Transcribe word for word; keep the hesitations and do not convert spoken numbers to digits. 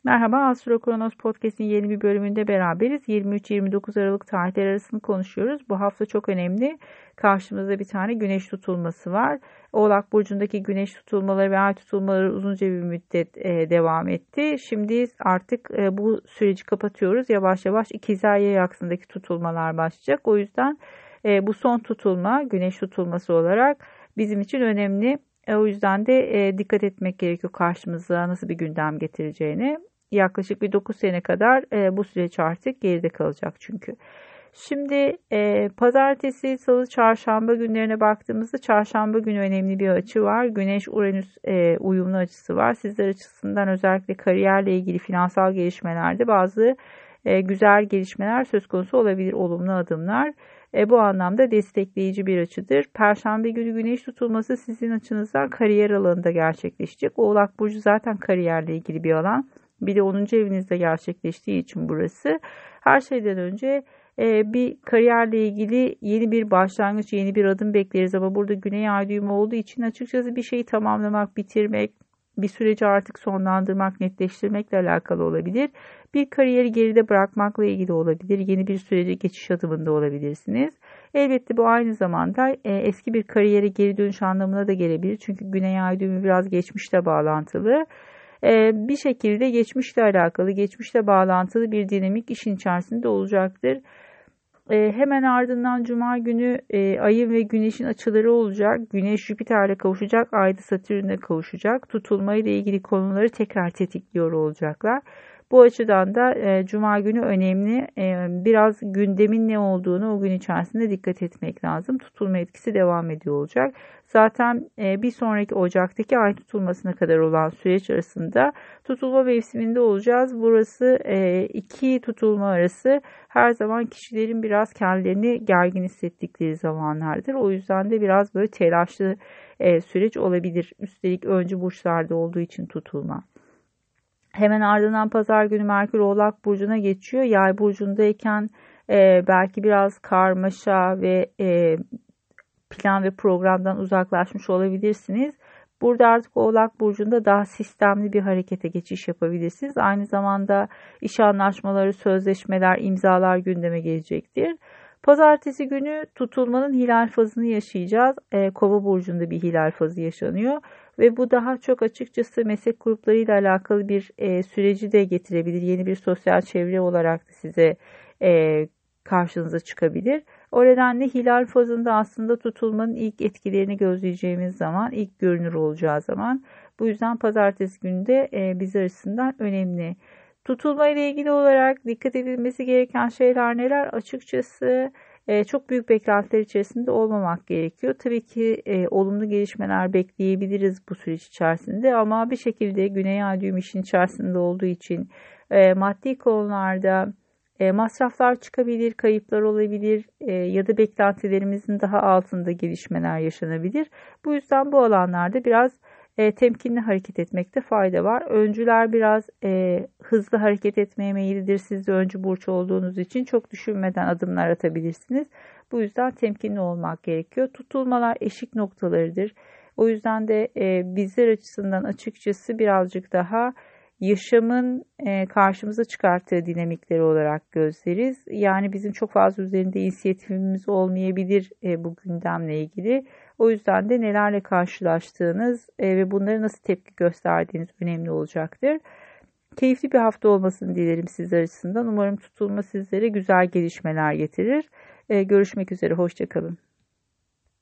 Merhaba, Astro Kronos Podcast'in yeni bir bölümünde beraberiz. yirmi üç yirmi dokuz Aralık tarihleri arasını konuşuyoruz. Bu hafta çok önemli. Karşımızda bir tane güneş tutulması var. Oğlak Burcu'ndaki güneş tutulmaları ve ay tutulmaları uzunca bir müddet e, devam etti. Şimdi artık e, bu süreci kapatıyoruz. Yavaş yavaş ikizler yay aksındaki tutulmalar başlayacak. O yüzden e, bu son tutulma, güneş tutulması olarak bizim için önemli. E, o yüzden de e, dikkat etmek gerekiyor karşımıza nasıl bir gündem getireceğini. Yaklaşık bir dokuz sene kadar e, bu süreç artık geride kalacak çünkü. Şimdi e, pazartesi, salı, çarşamba günlerine baktığımızda çarşamba günü önemli bir açı var. Güneş-Uranüs e, uyumlu açısı var. Sizler açısından özellikle kariyerle ilgili finansal gelişmelerde bazı e, güzel gelişmeler söz konusu olabilir, olumlu adımlar. E, bu anlamda destekleyici bir açıdır. Perşembe günü güneş tutulması sizin açınızdan kariyer alanında gerçekleşecek. Oğlak Burcu zaten kariyerle ilgili bir alan. Bir de onuncu evinizde gerçekleştiği için burası. Her şeyden önce e, bir kariyerle ilgili yeni bir başlangıç, yeni bir adım bekleriz. Ama burada güney ay düğümü olduğu için açıkçası bir şeyi tamamlamak, bitirmek, bir süreci artık sonlandırmak, netleştirmekle alakalı olabilir. Bir kariyeri geride bırakmakla ilgili olabilir. Yeni bir sürece geçiş adımında olabilirsiniz. Elbette bu aynı zamanda e, eski bir kariyere geri dönüş anlamına da gelebilir. Çünkü güney ay düğümü biraz geçmişle bağlantılı. Bir şekilde geçmişle alakalı, geçmişle bağlantılı bir dinamik işin içerisinde olacaktır. Hemen ardından Cuma günü Ay'ın ve Güneş'in açıları olacak. Güneş Jüpiter'le kavuşacak, Ay da Satürn'le kavuşacak. Tutulma ile ilgili konuları tekrar tetikliyor olacaklar. Bu açıdan da e, Cuma günü önemli. E, biraz gündemin ne olduğunu o gün içerisinde dikkat etmek lazım. Tutulma etkisi devam ediyor olacak. Zaten e, bir sonraki Ocak'taki ay tutulmasına kadar olan süreç arasında tutulma mevsiminde olacağız. Burası e, iki tutulma arası her zaman kişilerin biraz kendilerini gergin hissettikleri zamanlardır. O yüzden de biraz böyle telaşlı e, süreç olabilir. Üstelik öncü burçlarda olduğu için tutulma. Hemen ardından pazar günü Merkür Oğlak Burcu'na geçiyor. Yay burcundayken e, belki biraz karmaşa ve e, plan ve programdan uzaklaşmış olabilirsiniz. Burada artık Oğlak Burcu'nda daha sistemli bir harekete geçiş yapabilirsiniz. Aynı zamanda iş anlaşmaları, sözleşmeler, imzalar gündeme gelecektir. Pazartesi günü tutulmanın hilal fazını yaşayacağız. E, Kova burcunda bir hilal fazı yaşanıyor ve bu daha çok açıkçası meslek gruplarıyla alakalı bir e, süreci de getirebilir. Yeni bir sosyal çevre olarak da size e, karşınıza çıkabilir. O nedenle hilal fazında aslında tutulmanın ilk etkilerini gözleyeceğimiz zaman, ilk görünür olacağı zaman. Bu yüzden pazartesi günü de e, bizler açısından önemli. Tutulma ile ilgili olarak dikkat edilmesi gereken şeyler neler? Açıkçası e, çok büyük beklentiler içerisinde olmamak gerekiyor. Tabii ki e, olumlu gelişmeler bekleyebiliriz bu süreç içerisinde ama bir şekilde Güney Ay düğümü işin içerisinde olduğu için e, maddi konularda e, masraflar çıkabilir, kayıplar olabilir e, ya da beklentilerimizin daha altında gelişmeler yaşanabilir. Bu yüzden bu alanlarda biraz E, temkinli hareket etmekte fayda var. Öncüler biraz e, hızlı hareket etmeye meyillidir. Siz de öncü burç olduğunuz için çok düşünmeden adımlar atabilirsiniz. Bu yüzden temkinli olmak gerekiyor. Tutulmalar eşik noktalarıdır. O yüzden de e, bizler açısından açıkçası birazcık daha yaşamın e, karşımıza çıkarttığı dinamikleri olarak gözleriz. Yani bizim çok fazla üzerinde inisiyatifimiz olmayabilir e, bu gündemle ilgili. O yüzden de nelerle karşılaştığınız e, ve bunlara nasıl tepki gösterdiğiniz önemli olacaktır. Keyifli bir hafta olmasını dilerim sizler açısından. Umarım tutulma sizlere güzel gelişmeler getirir. E, görüşmek üzere, hoşça kalın.